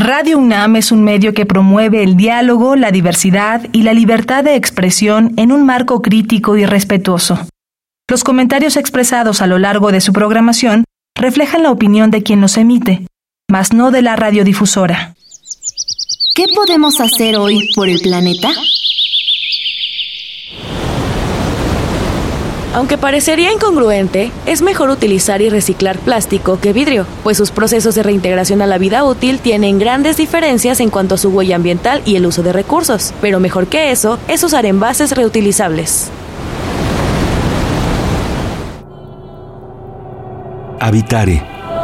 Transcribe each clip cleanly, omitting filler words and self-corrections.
Radio UNAM es un medio que promueve el diálogo, la diversidad y la libertad de expresión en un marco crítico y respetuoso. Los comentarios expresados a lo largo de su programación reflejan la opinión de quien los emite, mas no de la radiodifusora. ¿Qué podemos hacer hoy por el planeta? Aunque parecería incongruente, es mejor utilizar y reciclar plástico que vidrio, pues sus procesos de reintegración a la vida útil tienen grandes diferencias en cuanto a su huella ambiental y el uso de recursos. Pero mejor que eso es usar envases reutilizables. Habitare.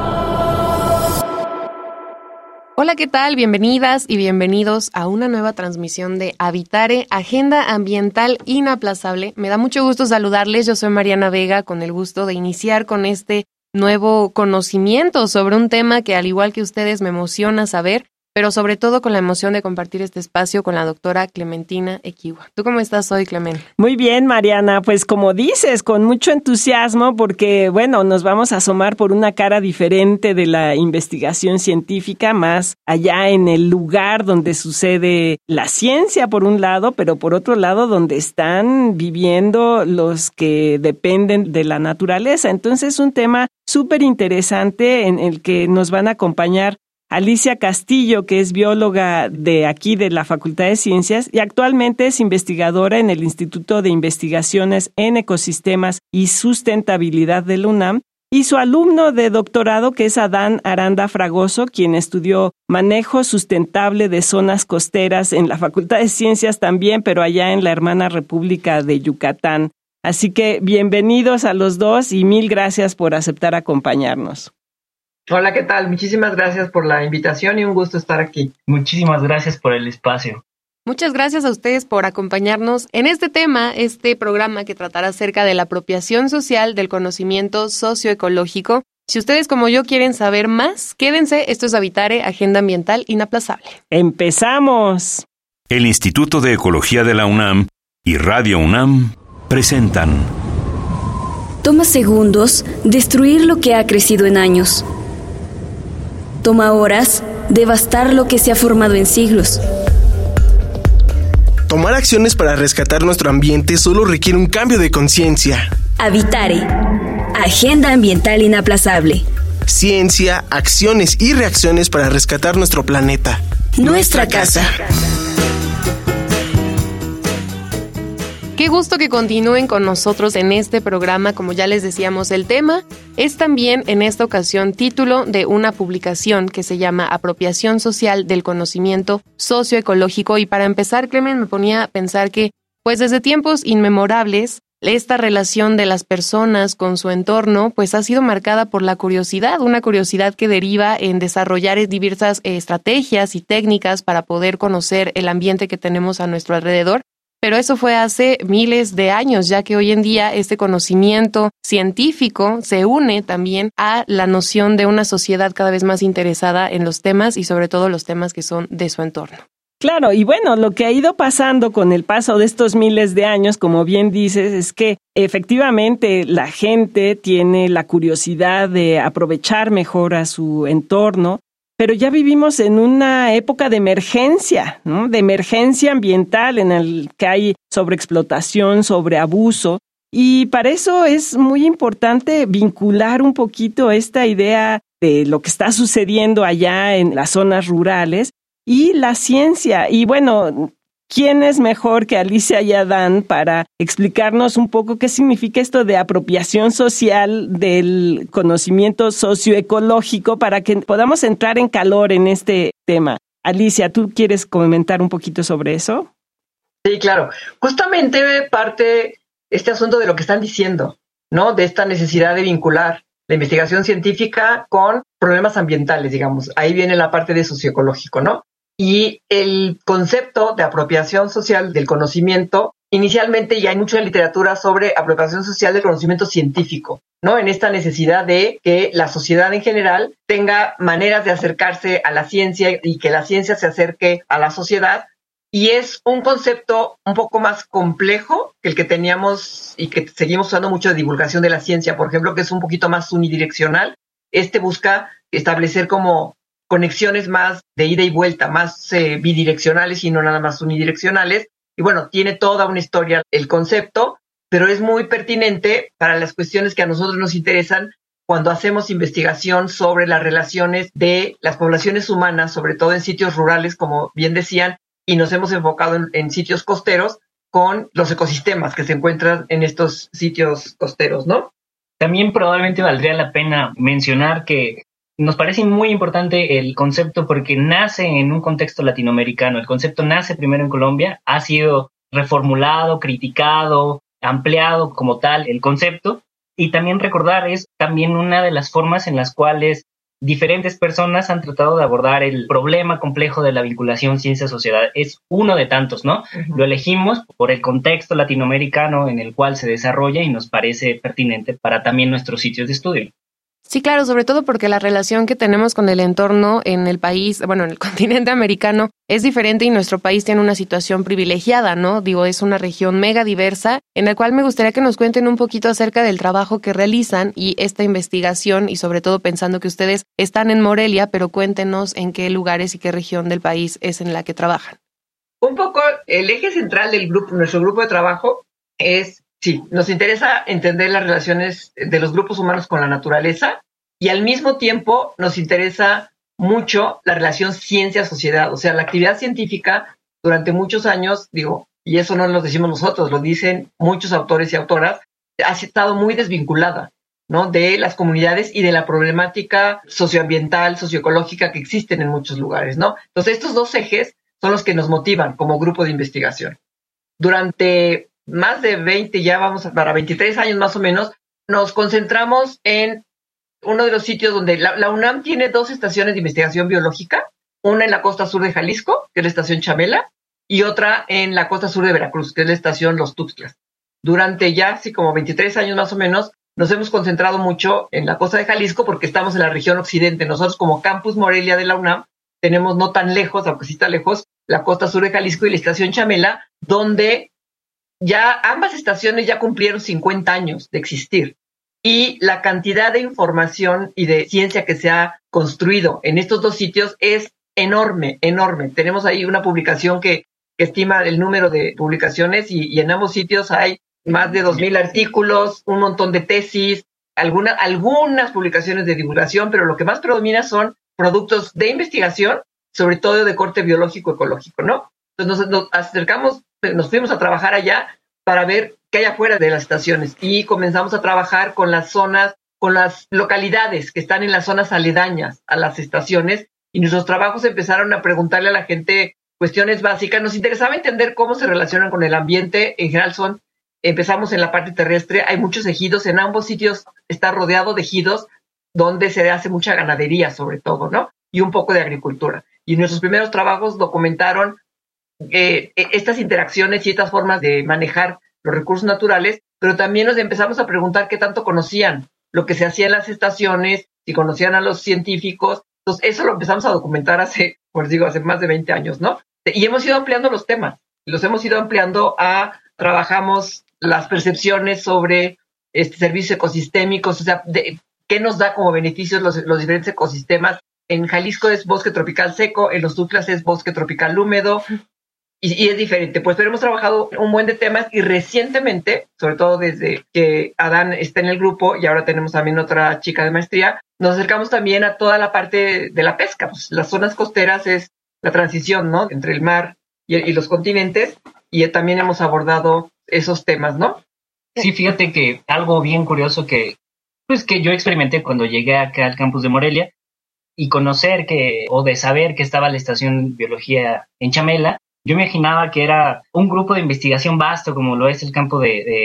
Hola, ¿qué tal? Bienvenidas y bienvenidos a una nueva transmisión de Habitare, Agenda Ambiental Inaplazable. Me da mucho gusto saludarles, yo soy Mariana Vega, con el gusto de iniciar con este nuevo conocimiento sobre un tema que, al igual que ustedes, me emociona saber, pero sobre todo con la emoción de compartir este espacio con la doctora Clementina Equihua. ¿Tú cómo estás hoy, Clemen? Muy bien, Mariana, pues como dices, con mucho entusiasmo porque, bueno, nos vamos a asomar por una cara diferente de la investigación científica, más allá en el lugar donde sucede la ciencia, por un lado, pero por otro lado, donde están viviendo los que dependen de la naturaleza. Entonces, un tema súper interesante en el que nos van a acompañar Alicia Castillo, que es bióloga de aquí de la Facultad de Ciencias y actualmente es investigadora en el Instituto de Investigaciones en Ecosistemas y Sustentabilidad de la UNAM, y su alumno de doctorado, que es Adán Aranda Fragoso, quien estudió manejo sustentable de zonas costeras en la Facultad de Ciencias también, pero allá en la hermana República de Yucatán. Así que bienvenidos a los dos y mil gracias por aceptar acompañarnos. Hola, ¿qué tal? Muchísimas gracias por la invitación y un gusto estar aquí. Muchísimas gracias por el espacio. Muchas gracias a ustedes por acompañarnos en este tema, este programa que tratará acerca de la apropiación social del conocimiento socioecológico. Si ustedes como yo quieren saber más, quédense, esto es Habitare, Agenda Ambiental Inaplazable. ¡Empezamos! El Instituto de Ecología de la UNAM y Radio UNAM presentan. Toma segundos destruir lo que ha crecido en años. Toma horas devastar lo que se ha formado en siglos. Tomar acciones para rescatar nuestro ambiente solo requiere un cambio de conciencia. Habitare. Agenda Ambiental Inaplazable. Ciencia, acciones y reacciones para rescatar nuestro planeta. Nuestra casa. Qué gusto que continúen con nosotros en este programa. Como ya les decíamos, el tema es también en esta ocasión título de una publicación que se llama Apropiación Social del Conocimiento Socioecológico. Y para empezar, Clemen, me ponía a pensar que, pues desde tiempos inmemorables, esta relación de las personas con su entorno, pues ha sido marcada por la curiosidad, una curiosidad que deriva en desarrollar diversas estrategias y técnicas para poder conocer el ambiente que tenemos a nuestro alrededor. Pero eso fue hace miles de años, ya que hoy en día este conocimiento científico se une también a la noción de una sociedad cada vez más interesada en los temas y sobre todo los temas que son de su entorno. Claro, y bueno, lo que ha ido pasando con el paso de estos miles de años, como bien dices, es que efectivamente la gente tiene la curiosidad de aprovechar mejor a su entorno. Pero ya vivimos en una época de emergencia, ¿no? De emergencia ambiental en el que hay sobreexplotación, sobreabuso. Y para eso es muy importante vincular un poquito esta idea de lo que está sucediendo allá en las zonas rurales y la ciencia. Y bueno, ¿quién es mejor que Alicia y Adán para explicarnos un poco qué significa esto de apropiación social del conocimiento socioecológico para que podamos entrar en calor en este tema? Alicia, ¿tú quieres comentar un poquito sobre eso? Sí, claro. Justamente parte este asunto de lo que están diciendo, ¿no? De esta necesidad de vincular la investigación científica con problemas ambientales, digamos. Ahí viene la parte de socioecológico, ¿no? Y el concepto de apropiación social del conocimiento, inicialmente ya hay mucha literatura sobre apropiación social del conocimiento científico, ¿no? En esta necesidad de que la sociedad en general tenga maneras de acercarse a la ciencia y que la ciencia se acerque a la sociedad. Y es un concepto un poco más complejo que el que teníamos y que seguimos usando mucho de divulgación de la ciencia, por ejemplo, que es un poquito más unidireccional. Busca establecer como conexiones más de ida y vuelta, más bidireccionales y no nada más unidireccionales. Y bueno, tiene toda una historia el concepto, pero es muy pertinente para las cuestiones que a nosotros nos interesan cuando hacemos investigación sobre las relaciones de las poblaciones humanas, sobre todo en sitios rurales, como bien decían, y nos hemos enfocado en sitios costeros con los ecosistemas que se encuentran en estos sitios costeros, ¿no? También probablemente valdría la pena mencionar que nos parece muy importante el concepto porque nace en un contexto latinoamericano. El concepto nace primero en Colombia, ha sido reformulado, criticado, ampliado como tal el concepto. Y también recordar, es también una de las formas en las cuales diferentes personas han tratado de abordar el problema complejo de la vinculación ciencia-sociedad. Es uno de tantos, ¿no? Uh-huh. Lo elegimos por el contexto latinoamericano en el cual se desarrolla y nos parece pertinente para también nuestros sitios de estudio. Sí, claro, sobre todo porque la relación que tenemos con el entorno en el país, bueno, en el continente americano, es diferente y nuestro país tiene una situación privilegiada, ¿no? Digo, es una región mega diversa, en la cual me gustaría que nos cuenten un poquito acerca del trabajo que realizan y esta investigación, y sobre todo pensando que ustedes están en Morelia, pero cuéntenos en qué lugares y qué región del país es en la que trabajan. Un poco el eje central del grupo, nuestro grupo de trabajo es, sí, nos interesa entender las relaciones de los grupos humanos con la naturaleza y al mismo tiempo nos interesa mucho la relación ciencia-sociedad. O sea, la actividad científica durante muchos años, digo, y eso no lo decimos nosotros, lo dicen muchos autores y autoras, ha estado muy desvinculada, ¿no? De las comunidades y de la problemática socioambiental, socioecológica que existen en muchos lugares, ¿no? Entonces, estos dos ejes son los que nos motivan como grupo de investigación. Durante más de 20, ya vamos para 23 años más o menos, nos concentramos en uno de los sitios donde la UNAM tiene 2 estaciones de investigación biológica, una en la costa sur de Jalisco, que es la estación Chamela, y otra en la costa sur de Veracruz, que es la estación Los Tuxtlas. Durante ya, así como 23 años más o menos, nos hemos concentrado mucho en la costa de Jalisco porque estamos en la región occidente. Nosotros como Campus Morelia de la UNAM tenemos no tan lejos, aunque sí está lejos, la costa sur de Jalisco y la estación Chamela, donde ya ambas estaciones ya cumplieron 50 años de existir. Y la cantidad de información y de ciencia que se ha construido en estos 2 sitios es enorme, enorme. Tenemos ahí una publicación que estima el número de publicaciones y en ambos sitios hay más de 2,000 artículos, un montón de tesis, algunas publicaciones de divulgación, pero lo que más predomina son productos de investigación, sobre todo de corte biológico-ecológico, ¿no? Entonces nos acercamos, nos fuimos a trabajar allá para ver qué hay afuera de las estaciones y comenzamos a trabajar con las zonas, con las localidades que están en las zonas aledañas a las estaciones y nuestros trabajos empezaron a preguntarle a la gente cuestiones básicas. Nos interesaba entender cómo se relacionan con el ambiente. En general empezamos en la parte terrestre, hay muchos ejidos, en ambos sitios está rodeado de ejidos donde se hace mucha ganadería sobre todo, ¿no? Y un poco de agricultura. Y nuestros primeros trabajos documentaron estas interacciones y estas formas de manejar los recursos naturales, pero también nos empezamos a preguntar qué tanto conocían lo que se hacía en las estaciones, si conocían a los científicos. Entonces, eso lo empezamos a documentar hace más de 20 años, ¿no? Y hemos ido ampliando los temas, los hemos ido ampliando trabajamos las percepciones sobre servicios ecosistémicos, o sea, qué nos da como beneficios los diferentes ecosistemas. En Jalisco es bosque tropical seco, en los Tuxtlas es bosque tropical húmedo, y es diferente, pues, pero hemos trabajado un buen de temas y recientemente, sobre todo desde que Adán está en el grupo y ahora tenemos también otra chica de maestría, nos acercamos también a toda la parte de la pesca. Pues las zonas costeras es la transición, ¿no? Entre el mar y los continentes y también hemos abordado esos temas, ¿no? Sí, fíjate que algo bien curioso que yo experimenté cuando llegué acá al campus de Morelia y de saber que estaba la estación biología en Chamela. Yo me imaginaba que era un grupo de investigación vasto, como lo es el campus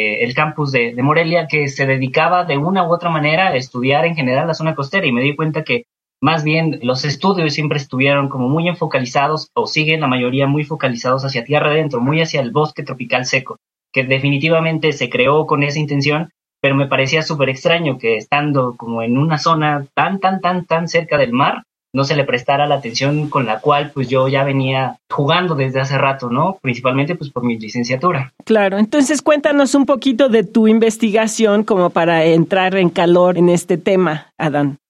de Morelia, que se dedicaba de una u otra manera a estudiar en general la zona costera, y me di cuenta que más bien los estudios siempre estuvieron como muy enfocalizados, o siguen la mayoría muy focalizados hacia tierra adentro, muy hacia el bosque tropical seco, que definitivamente se creó con esa intención, pero me parecía súper extraño que estando como en una zona tan cerca del mar, no se le prestara la atención con la cual pues yo ya venía jugando desde hace rato, ¿no? Principalmente pues por mi licenciatura. Claro, entonces cuéntanos un poquito de tu investigación como para entrar en calor en este tema, Adán.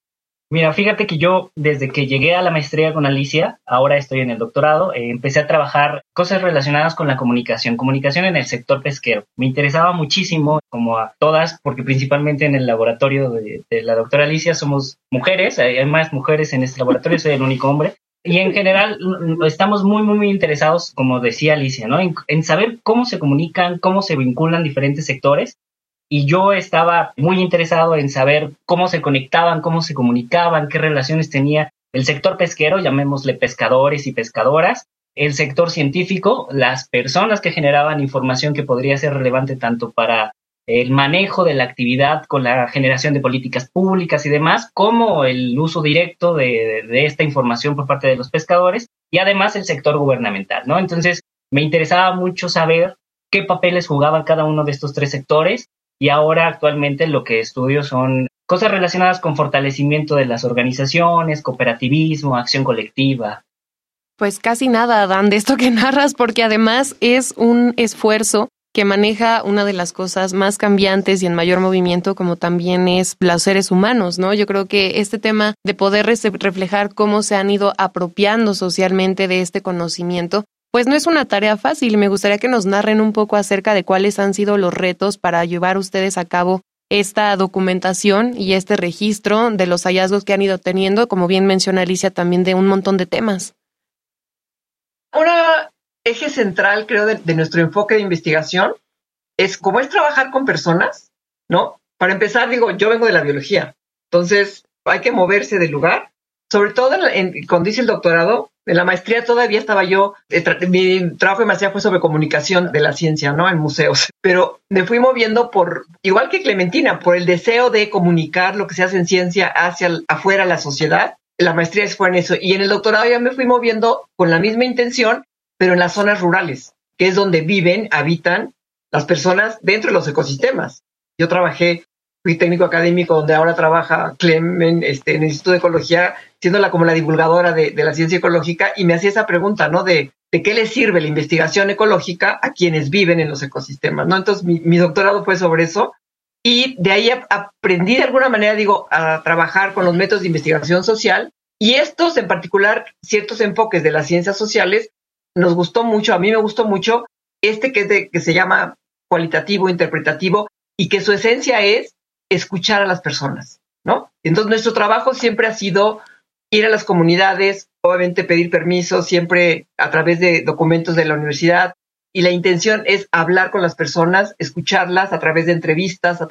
Mira, fíjate que yo, desde que llegué a la maestría con Alicia, ahora estoy en el doctorado, empecé a trabajar cosas relacionadas con la comunicación en el sector pesquero. Me interesaba muchísimo, como a todas, porque principalmente en el laboratorio de la doctora Alicia somos mujeres, hay más mujeres en este laboratorio, soy el único hombre. Y en general estamos muy interesados, como decía Alicia, ¿no? En saber cómo se comunican, cómo se vinculan diferentes sectores. Y yo estaba muy interesado en saber cómo se conectaban, cómo se comunicaban, qué relaciones tenía el sector pesquero, llamémosle pescadores y pescadoras, el sector científico, las personas que generaban información que podría ser relevante tanto para el manejo de la actividad con la generación de políticas públicas y demás, como el uso directo de esta información por parte de los pescadores, y además el sector gubernamental, ¿no? Entonces, me interesaba mucho saber qué papeles jugaban cada uno de estos tres sectores. Y ahora actualmente lo que estudio son cosas relacionadas con fortalecimiento de las organizaciones, cooperativismo, acción colectiva. Pues casi nada, Adán, de esto que narras, porque además es un esfuerzo que maneja una de las cosas más cambiantes y en mayor movimiento, como también es los seres humanos, ¿no? Yo creo que este tema de poder reflejar cómo se han ido apropiando socialmente de este conocimiento, pues no es una tarea fácil. Me gustaría que nos narren un poco acerca de cuáles han sido los retos para llevar ustedes a cabo esta documentación y este registro de los hallazgos que han ido teniendo, como bien menciona Alicia, también de un montón de temas. Un eje central, creo, de nuestro enfoque de investigación es cómo es trabajar con personas, ¿no? Para empezar, digo, yo vengo de la biología, entonces hay que moverse del lugar. Sobre todo cuando hice el doctorado, en la maestría todavía estaba yo, mi trabajo de maestría fue sobre comunicación de la ciencia, ¿no? En museos. Pero me fui moviendo igual que Clementina, por el deseo de comunicar lo que se hace en ciencia hacia afuera la sociedad. La maestría fue en eso. Y en el doctorado ya me fui moviendo con la misma intención, pero en las zonas rurales, que es donde habitan las personas dentro de los ecosistemas. Yo fui técnico académico donde ahora trabaja Clemen en el Instituto de Ecología, siendo como la divulgadora de la ciencia ecológica, y me hacía esa pregunta, ¿no? De qué les sirve la investigación ecológica a quienes viven en los ecosistemas, ¿no? Entonces mi doctorado fue sobre eso, y de ahí aprendí de alguna manera, a trabajar con los métodos de investigación social, y estos en particular, ciertos enfoques de las ciencias sociales, nos gustó mucho, a mí me gustó mucho, que se llama cualitativo, interpretativo, y que su esencia es escuchar a las personas, ¿no? Entonces nuestro trabajo siempre ha sido ir a las comunidades, obviamente pedir permiso, siempre a través de documentos de la universidad, y la intención es hablar con las personas, escucharlas a través de entrevistas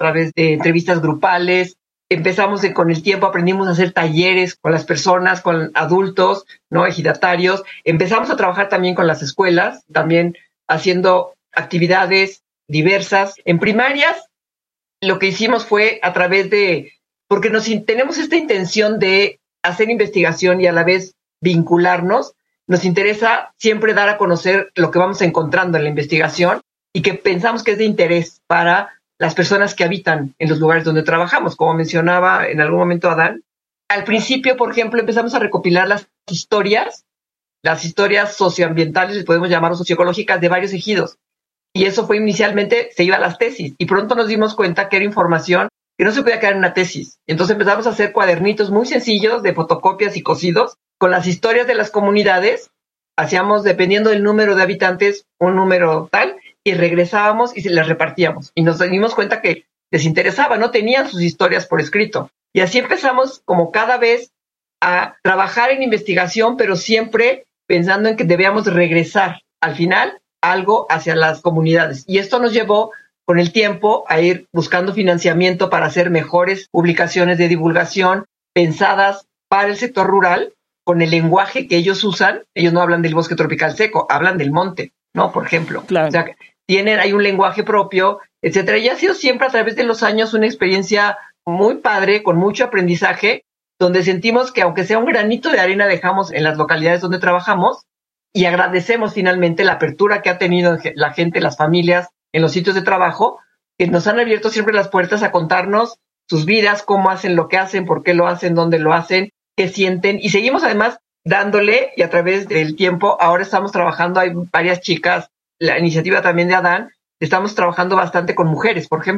grupales. Empezamos con el tiempo, aprendimos a hacer talleres con las personas, con adultos, ¿no? Ejidatarios. Empezamos a trabajar también con las escuelas, también haciendo actividades diversas. En primarias, lo que hicimos fue a través porque tenemos esta intención de hacer investigación y a la vez vincularnos, nos interesa siempre dar a conocer lo que vamos encontrando en la investigación y que pensamos que es de interés para las personas que habitan en los lugares donde trabajamos. Como mencionaba en algún momento Adán, al principio, por ejemplo, empezamos a recopilar las historias socioambientales, les podemos llamar socioecológicas, de varios ejidos. Y eso fue inicialmente, se iba a las tesis, y pronto nos dimos cuenta que era información que no se podía quedar en una tesis. Entonces empezamos a hacer cuadernitos muy sencillos de fotocopias y cosidos con las historias de las comunidades. Hacíamos, dependiendo del número de habitantes, un número tal, y regresábamos y se las repartíamos. Y nos dimos cuenta que les interesaba, no tenían sus historias por escrito. Y así empezamos como cada vez a trabajar en investigación, pero siempre pensando en que debíamos regresar al final algo hacia las comunidades. Y esto nos llevó con el tiempo a ir buscando financiamiento para hacer mejores publicaciones de divulgación pensadas para el sector rural, con el lenguaje que ellos usan. Ellos no hablan del bosque tropical seco, hablan del monte, ¿no? Por ejemplo. Claro. O sea, hay un lenguaje propio, etcétera. Y ha sido siempre a través de los años una experiencia muy padre, con mucho aprendizaje, donde sentimos que aunque sea un granito de arena dejamos en las localidades donde trabajamos, y agradecemos finalmente la apertura que ha tenido la gente, las familias, en los sitios de trabajo, que nos han abierto siempre las puertas a contarnos sus vidas, cómo hacen lo que hacen, por qué lo hacen, dónde lo hacen, qué sienten. Y seguimos además dándole, y a través del tiempo, ahora estamos trabajando, hay varias chicas, la iniciativa también de Adán, estamos trabajando bastante con mujeres, por ejemplo,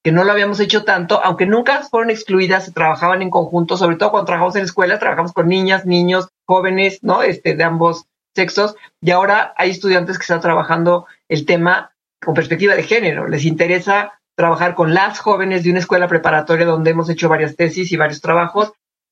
que no lo habíamos hecho tanto, aunque nunca fueron excluidas, se trabajaban en conjunto, sobre todo cuando trabajamos en escuelas, trabajamos con niñas, niños, jóvenes, ¿no? De ambos sexos, y ahora hay estudiantes que están trabajando el tema con perspectiva de género. Les interesa trabajar con las jóvenes de una escuela preparatoria donde hemos hecho varias tesis y varios trabajos.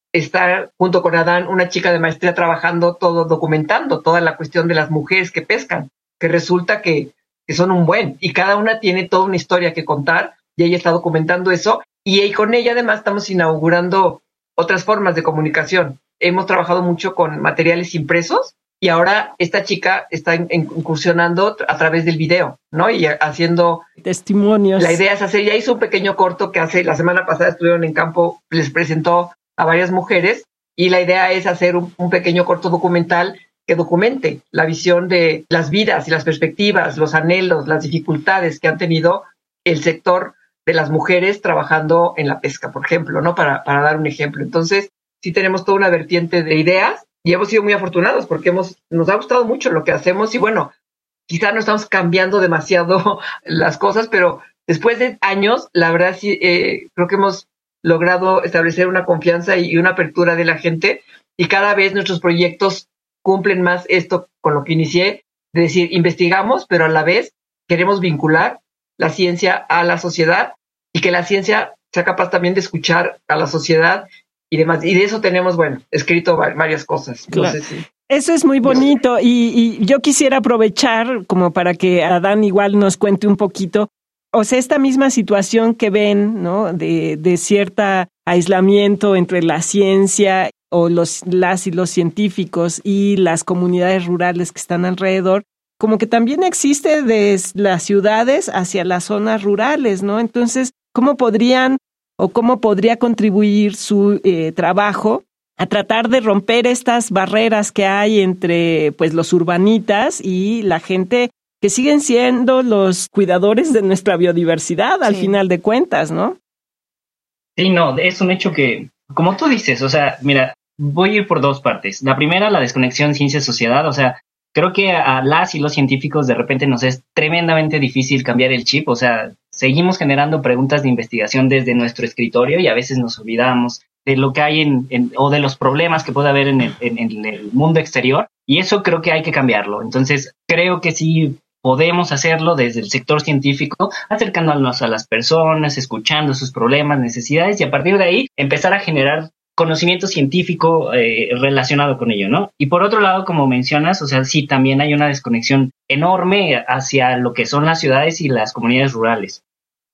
Está junto con Adán una chica de maestría trabajando todo, documentando toda la cuestión de las mujeres que pescan, que resulta que son un buen, y cada una tiene toda una historia que contar, y ella está documentando eso, y con ella además estamos inaugurando otras formas de comunicación. Hemos trabajado mucho con materiales impresos, y ahora esta chica está incursionando a través del video, ¿no? Y haciendo testimonios. La idea es hacer, ya hizo un pequeño corto que la semana pasada estuvieron en campo, les presentó a varias mujeres, y la idea es hacer un pequeño corto documental que documente la visión de las vidas y las perspectivas, los anhelos, las dificultades que han tenido el sector de las mujeres trabajando en la pesca, por ejemplo, ¿no? Para dar un ejemplo. Entonces, sí tenemos toda una vertiente de ideas, y hemos sido muy afortunados porque nos ha gustado mucho lo que hacemos, y bueno, quizá no estamos cambiando demasiado las cosas, pero después de años, la verdad sí, creo que hemos logrado establecer una confianza y una apertura de la gente, y cada vez nuestros proyectos cumplen más esto con lo que inicié, de decir, investigamos, pero a la vez queremos vincular la ciencia a la sociedad, y que la ciencia sea capaz también de escuchar a la sociedad y demás. Y de eso tenemos, escrito varias cosas. Claro. No sé si... Eso es muy bonito, y yo quisiera aprovechar como para que Adán igual nos cuente un poquito, o sea, esta misma situación que ven, ¿no? De cierta aislamiento entre la ciencia o las y los científicos y las comunidades rurales que están alrededor, como que también existe desde las ciudades hacia las zonas rurales, ¿no? Entonces, ¿cómo podría contribuir su trabajo a tratar de romper estas barreras que hay entre pues los urbanitas y la gente que siguen siendo los cuidadores de nuestra biodiversidad al final de cuentas, ¿no? Sí, no, es un hecho que, como tú dices, o sea, mira, voy a ir por dos partes. La primera, la desconexión ciencia-sociedad, o sea, creo que a las y los científicos de repente nos es tremendamente difícil cambiar el chip, o sea, seguimos generando preguntas de investigación desde nuestro escritorio y a veces nos olvidamos de lo que hay o de los problemas que puede haber en el mundo exterior, y eso creo que hay que cambiarlo. Entonces, creo que sí podemos hacerlo desde el sector científico, acercándonos a las personas, escuchando sus problemas, necesidades, y a partir de ahí empezar a generar conocimiento científico relacionado con ello, ¿no? Y por otro lado, como mencionas, o sea, sí, también hay una desconexión enorme hacia lo que son las ciudades y las comunidades rurales.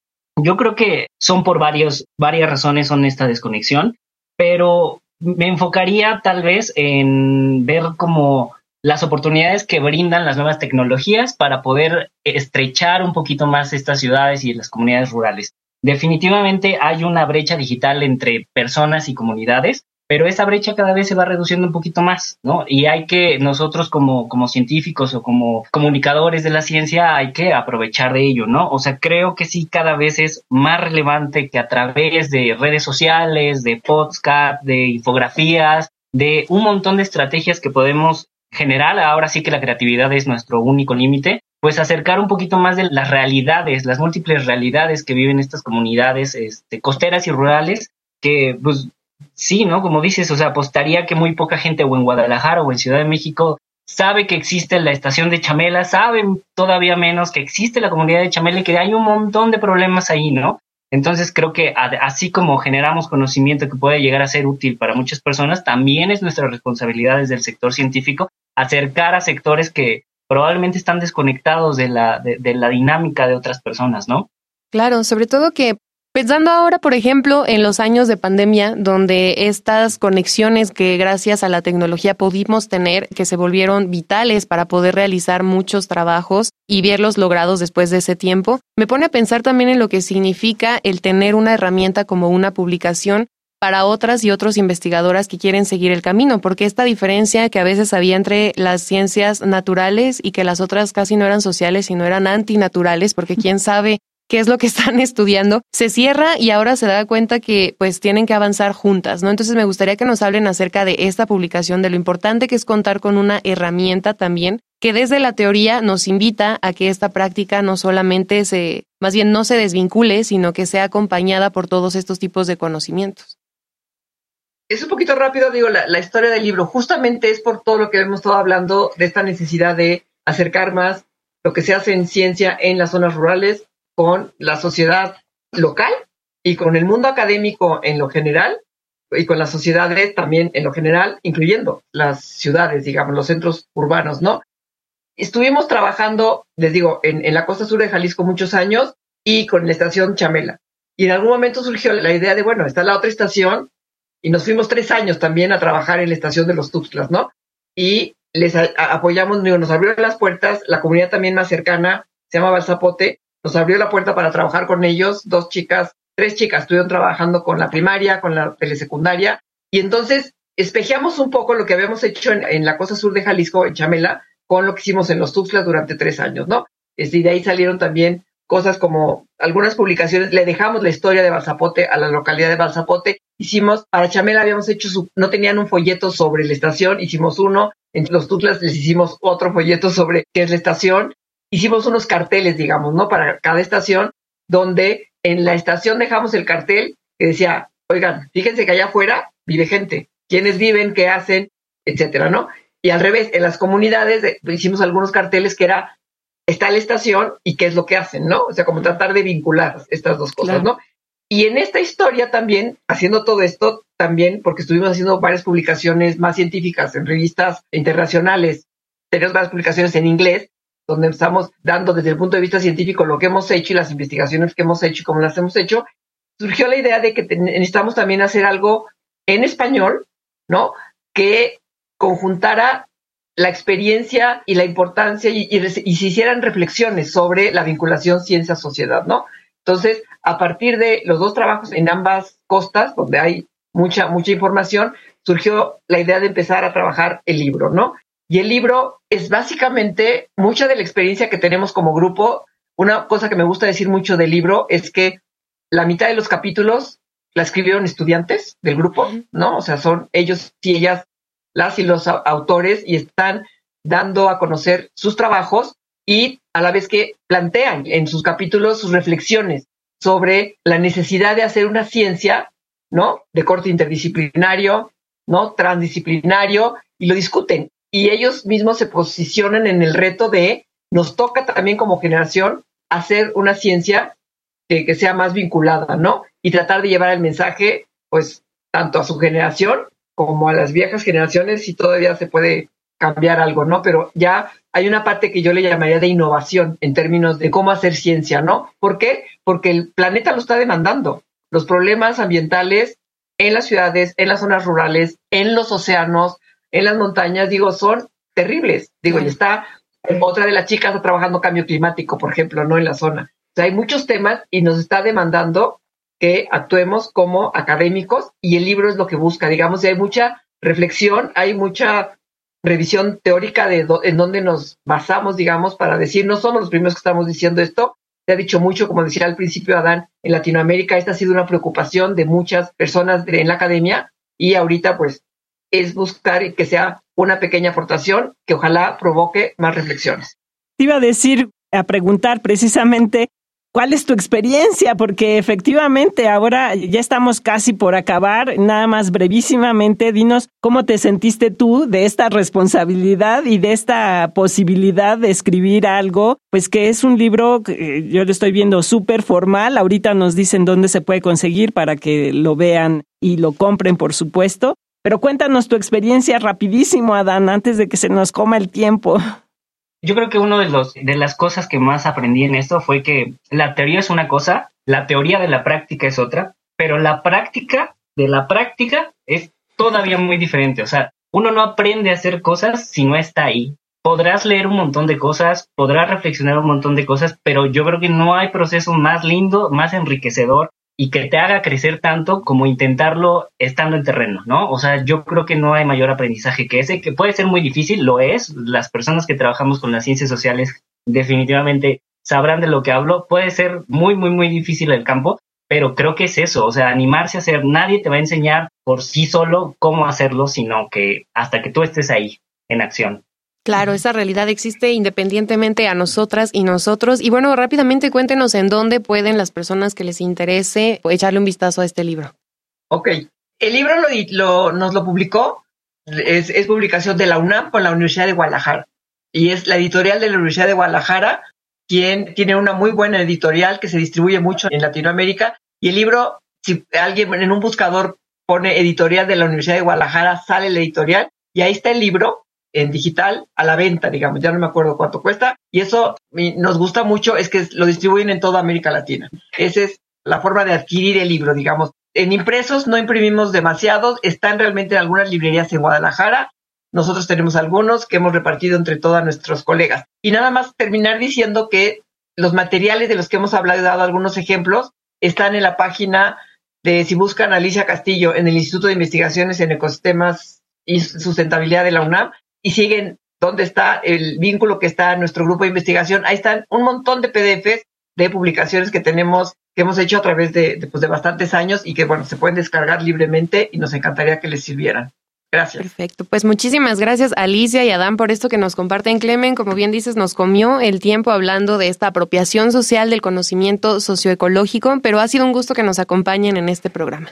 Yo creo que son por varias razones son esta desconexión, pero me enfocaría tal vez en ver como las oportunidades que brindan las nuevas tecnologías para poder estrechar un poquito más estas ciudades y las comunidades rurales. Definitivamente hay una brecha digital entre personas y comunidades, pero esa brecha cada vez se va reduciendo un poquito más, ¿no? Y hay que, nosotros como científicos o como comunicadores de la ciencia, hay que aprovechar de ello, ¿no? O sea, creo que sí, cada vez es más relevante que a través de redes sociales, de podcast, de infografías, de un montón de estrategias que podemos generar, ahora sí que la creatividad es nuestro único límite, pues acercar un poquito más de las realidades, las múltiples realidades que viven estas comunidades costeras y rurales, que pues sí, ¿no? Como dices, o sea, apostaría que muy poca gente o en Guadalajara o en Ciudad de México sabe que existe la estación de Chamela, saben todavía menos que existe la comunidad de Chamela y que hay un montón de problemas ahí, ¿no? Entonces creo que así como generamos conocimiento que puede llegar a ser útil para muchas personas, también es nuestra responsabilidad desde el sector científico acercar a sectores que probablemente están desconectados de la dinámica de otras personas, ¿no? Claro, sobre todo que pensando ahora, por ejemplo, en los años de pandemia, donde estas conexiones que gracias a la tecnología pudimos tener, que se volvieron vitales para poder realizar muchos trabajos y verlos logrados después de ese tiempo, me pone a pensar también en lo que significa el tener una herramienta como una publicación para otras y otros investigadoras que quieren seguir el camino, porque esta diferencia que a veces había entre las ciencias naturales y que las otras casi no eran sociales, sino eran antinaturales, porque quién sabe qué es lo que están estudiando, se cierra y ahora se da cuenta que pues tienen que avanzar juntas, ¿no? Entonces me gustaría que nos hablen acerca de esta publicación, de lo importante que es contar con una herramienta también que desde la teoría nos invita a que esta práctica no solamente más bien no se desvincule, sino que sea acompañada por todos estos tipos de conocimientos. Es un poquito rápido, digo, la historia del libro. Justamente es por todo lo que hemos estado hablando de esta necesidad de acercar más lo que se hace en ciencia en las zonas rurales con la sociedad local y con el mundo académico en lo general y con las sociedades también en lo general, incluyendo las ciudades, digamos, los centros urbanos, ¿no? Estuvimos trabajando, les digo, en la costa sur de Jalisco muchos años y con la estación Chamela. Y en algún momento surgió la idea de, bueno, está la otra estación y nos fuimos 3 años también a trabajar en la estación de los Tuxtlas, ¿no? Y les apoyamos, nos abrió las puertas, la comunidad también más cercana, se llama Balzapote, nos abrió la puerta para trabajar con ellos, 3 chicas estuvieron trabajando con la primaria, con la telesecundaria, y entonces espejeamos un poco lo que habíamos hecho en la costa sur de Jalisco, en Chamela, con lo que hicimos en los Tuxtlas durante 3 años, ¿no? Y de ahí salieron también cosas como algunas publicaciones, le dejamos la historia de Balzapote a la localidad de Balzapote, para Chamela habíamos hecho, no tenían un folleto sobre la estación, hicimos uno, en los Tuxtlas les hicimos otro folleto sobre qué es la estación, hicimos unos carteles, digamos, ¿no? Para cada estación, donde en la estación dejamos el cartel que decía, oigan, fíjense que allá afuera vive gente, quiénes viven, qué hacen, etcétera, ¿no? Y al revés, en las comunidades hicimos algunos carteles que está la estación y qué es lo que hacen, ¿no? O sea, como tratar de vincular estas dos cosas, claro, ¿no? Y en esta historia también, haciendo todo esto, también, porque estuvimos haciendo varias publicaciones más científicas en revistas internacionales, tenemos varias publicaciones en inglés, donde estamos dando desde el punto de vista científico lo que hemos hecho y las investigaciones que hemos hecho y cómo las hemos hecho, surgió la idea de que necesitamos también hacer algo en español, ¿no? Que conjuntara la experiencia y la importancia y se hicieran reflexiones sobre la vinculación ciencia-sociedad, ¿no? Entonces, a partir de los 2 trabajos en ambas costas, donde hay mucha información, surgió la idea de empezar a trabajar el libro, ¿no? Y el libro es básicamente mucha de la experiencia que tenemos como grupo. Una cosa que me gusta decir mucho del libro es que la mitad de los capítulos la escribieron estudiantes del grupo, ¿no? O sea, son ellos y ellas, las y los autores, y están dando a conocer sus trabajos y a la vez que plantean en sus capítulos sus reflexiones sobre la necesidad de hacer una ciencia, ¿no? De corte interdisciplinario, ¿no? Transdisciplinario, y lo discuten. Y ellos mismos se posicionan en el reto de, nos toca también como generación hacer una ciencia que sea más vinculada, ¿no? Y tratar de llevar el mensaje, pues, tanto a su generación como a las viejas generaciones, si todavía se puede cambiar algo, ¿no? Pero ya hay una parte que yo le llamaría de innovación en términos de cómo hacer ciencia, ¿no? ¿Por qué? Porque el planeta lo está demandando. Los problemas ambientales en las ciudades, en las zonas rurales, en los océanos, en las montañas, digo, son terribles. Digo, y otra de las chicas está trabajando cambio climático, por ejemplo, ¿no? En la zona. O sea, hay muchos temas y nos está demandando que actuemos como académicos, y el libro es lo que busca, digamos, y hay mucha reflexión, hay mucha revisión teórica en donde nos basamos, digamos, para decir, no somos los primeros que estamos diciendo esto. Se ha dicho mucho, como decía al principio Adán, en Latinoamérica esta ha sido una preocupación de muchas personas en la academia, y ahorita pues es buscar que sea una pequeña aportación que ojalá provoque más reflexiones. Te iba a preguntar precisamente, ¿cuál es tu experiencia? Porque efectivamente ahora ya estamos casi por acabar. Nada más brevísimamente, dinos cómo te sentiste tú de esta responsabilidad y de esta posibilidad de escribir algo, pues que es un libro que yo lo estoy viendo súper formal. Ahorita nos dicen dónde se puede conseguir para que lo vean y lo compren, por supuesto. Pero cuéntanos tu experiencia rapidísimo, Adán, antes de que se nos coma el tiempo. Yo creo que uno de las cosas que más aprendí en esto fue que la teoría es una cosa, la teoría de la práctica es otra, pero la práctica de la práctica es todavía muy diferente. O sea, uno no aprende a hacer cosas si no está ahí. Podrás leer un montón de cosas, podrás reflexionar un montón de cosas, pero yo creo que no hay proceso más lindo, más enriquecedor y que te haga crecer tanto como intentarlo estando en terreno, ¿no? O sea, yo creo que no hay mayor aprendizaje que ese, que puede ser muy difícil, lo es. Las personas que trabajamos con las ciencias sociales definitivamente sabrán de lo que hablo. Puede ser muy, muy, muy difícil el campo, pero creo que es eso, o sea, animarse a hacer. Nadie te va a enseñar por sí solo cómo hacerlo, sino que hasta que tú estés ahí, en acción. Claro, esa realidad existe independientemente a nosotras y nosotros. Y bueno, rápidamente cuéntenos en dónde pueden las personas que les interese echarle un vistazo a este libro. Ok, el libro nos lo publicó, es publicación de la UNAM con la Universidad de Guadalajara. Y es la editorial de la Universidad de Guadalajara quien tiene una muy buena editorial que se distribuye mucho en Latinoamérica. Y el libro, si alguien en un buscador pone editorial de la Universidad de Guadalajara, sale la editorial y ahí está el libro en digital a la venta, digamos, ya no me acuerdo cuánto cuesta, y eso nos gusta mucho, es que lo distribuyen en toda América Latina. Esa es la forma de adquirir el libro, digamos. En impresos no imprimimos demasiados, están realmente en algunas librerías en Guadalajara, nosotros tenemos algunos que hemos repartido entre todos nuestros colegas. Y nada más terminar diciendo que los materiales de los que hemos hablado y dado algunos ejemplos están en la página de, si buscan Alicia Castillo en el Instituto de Investigaciones en Ecosistemas y Sustentabilidad de la UNAM, y siguen dónde está el vínculo que está en nuestro grupo de investigación. Ahí están un montón de PDFs de publicaciones que hemos hecho a través de bastantes años y que, bueno, se pueden descargar libremente y nos encantaría que les sirvieran. Gracias. Perfecto. Pues muchísimas gracias, Alicia y Adán, por esto que nos comparten. Clemen, como bien dices, nos comió el tiempo hablando de esta apropiación social del conocimiento socioecológico, pero ha sido un gusto que nos acompañen en este programa.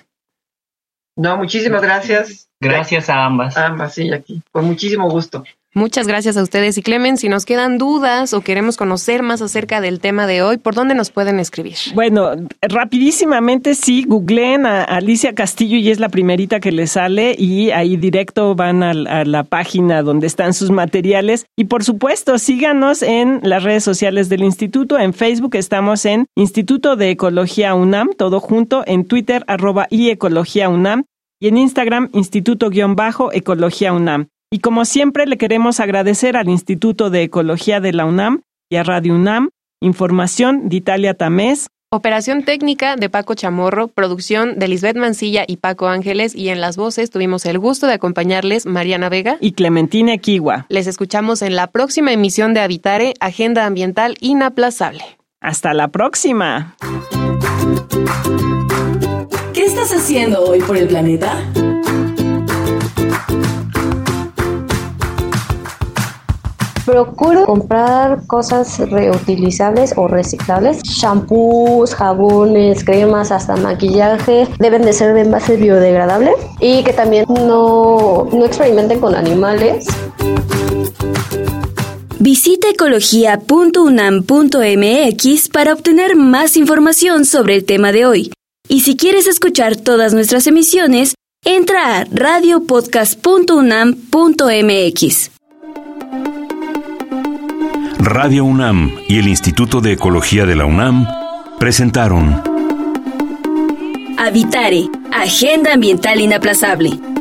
No, muchísimas gracias. Gracias a ambas. Ambas, sí, aquí. Con muchísimo gusto. Muchas gracias a ustedes. Y Clemen, si nos quedan dudas o queremos conocer más acerca del tema de hoy, ¿por dónde nos pueden escribir? Bueno, rapidísimamente sí, googleen a Alicia Castillo y es la primerita que les sale y ahí directo van a la página donde están sus materiales. Y por supuesto, síganos en las redes sociales del instituto. En Facebook estamos en Instituto de Ecología UNAM, todo junto, en Twitter @iEcologiaUNAM y en Instagram Instituto_Ecología UNAM. Y como siempre le queremos agradecer al Instituto de Ecología de la UNAM y a Radio UNAM. Información de Italia Tamés. Operación técnica de Paco Chamorro, producción de Lisbeth Mancilla y Paco Ángeles, y en las voces tuvimos el gusto de acompañarles Mariana Vega y Clementina Equigua. Les escuchamos en la próxima emisión de Habitare, Agenda Ambiental Inaplazable. ¡Hasta la próxima! ¿Qué estás haciendo hoy por el planeta? Procuro comprar cosas reutilizables o reciclables. Shampoos, jabones, cremas, hasta maquillaje. Deben de ser de envase biodegradable y que también no experimenten con animales. Visita ecología.unam.mx para obtener más información sobre el tema de hoy. Y si quieres escuchar todas nuestras emisiones, entra a radiopodcast.unam.mx. Radio UNAM y el Instituto de Ecología de la UNAM presentaron Habitare, Agenda Ambiental Inaplazable.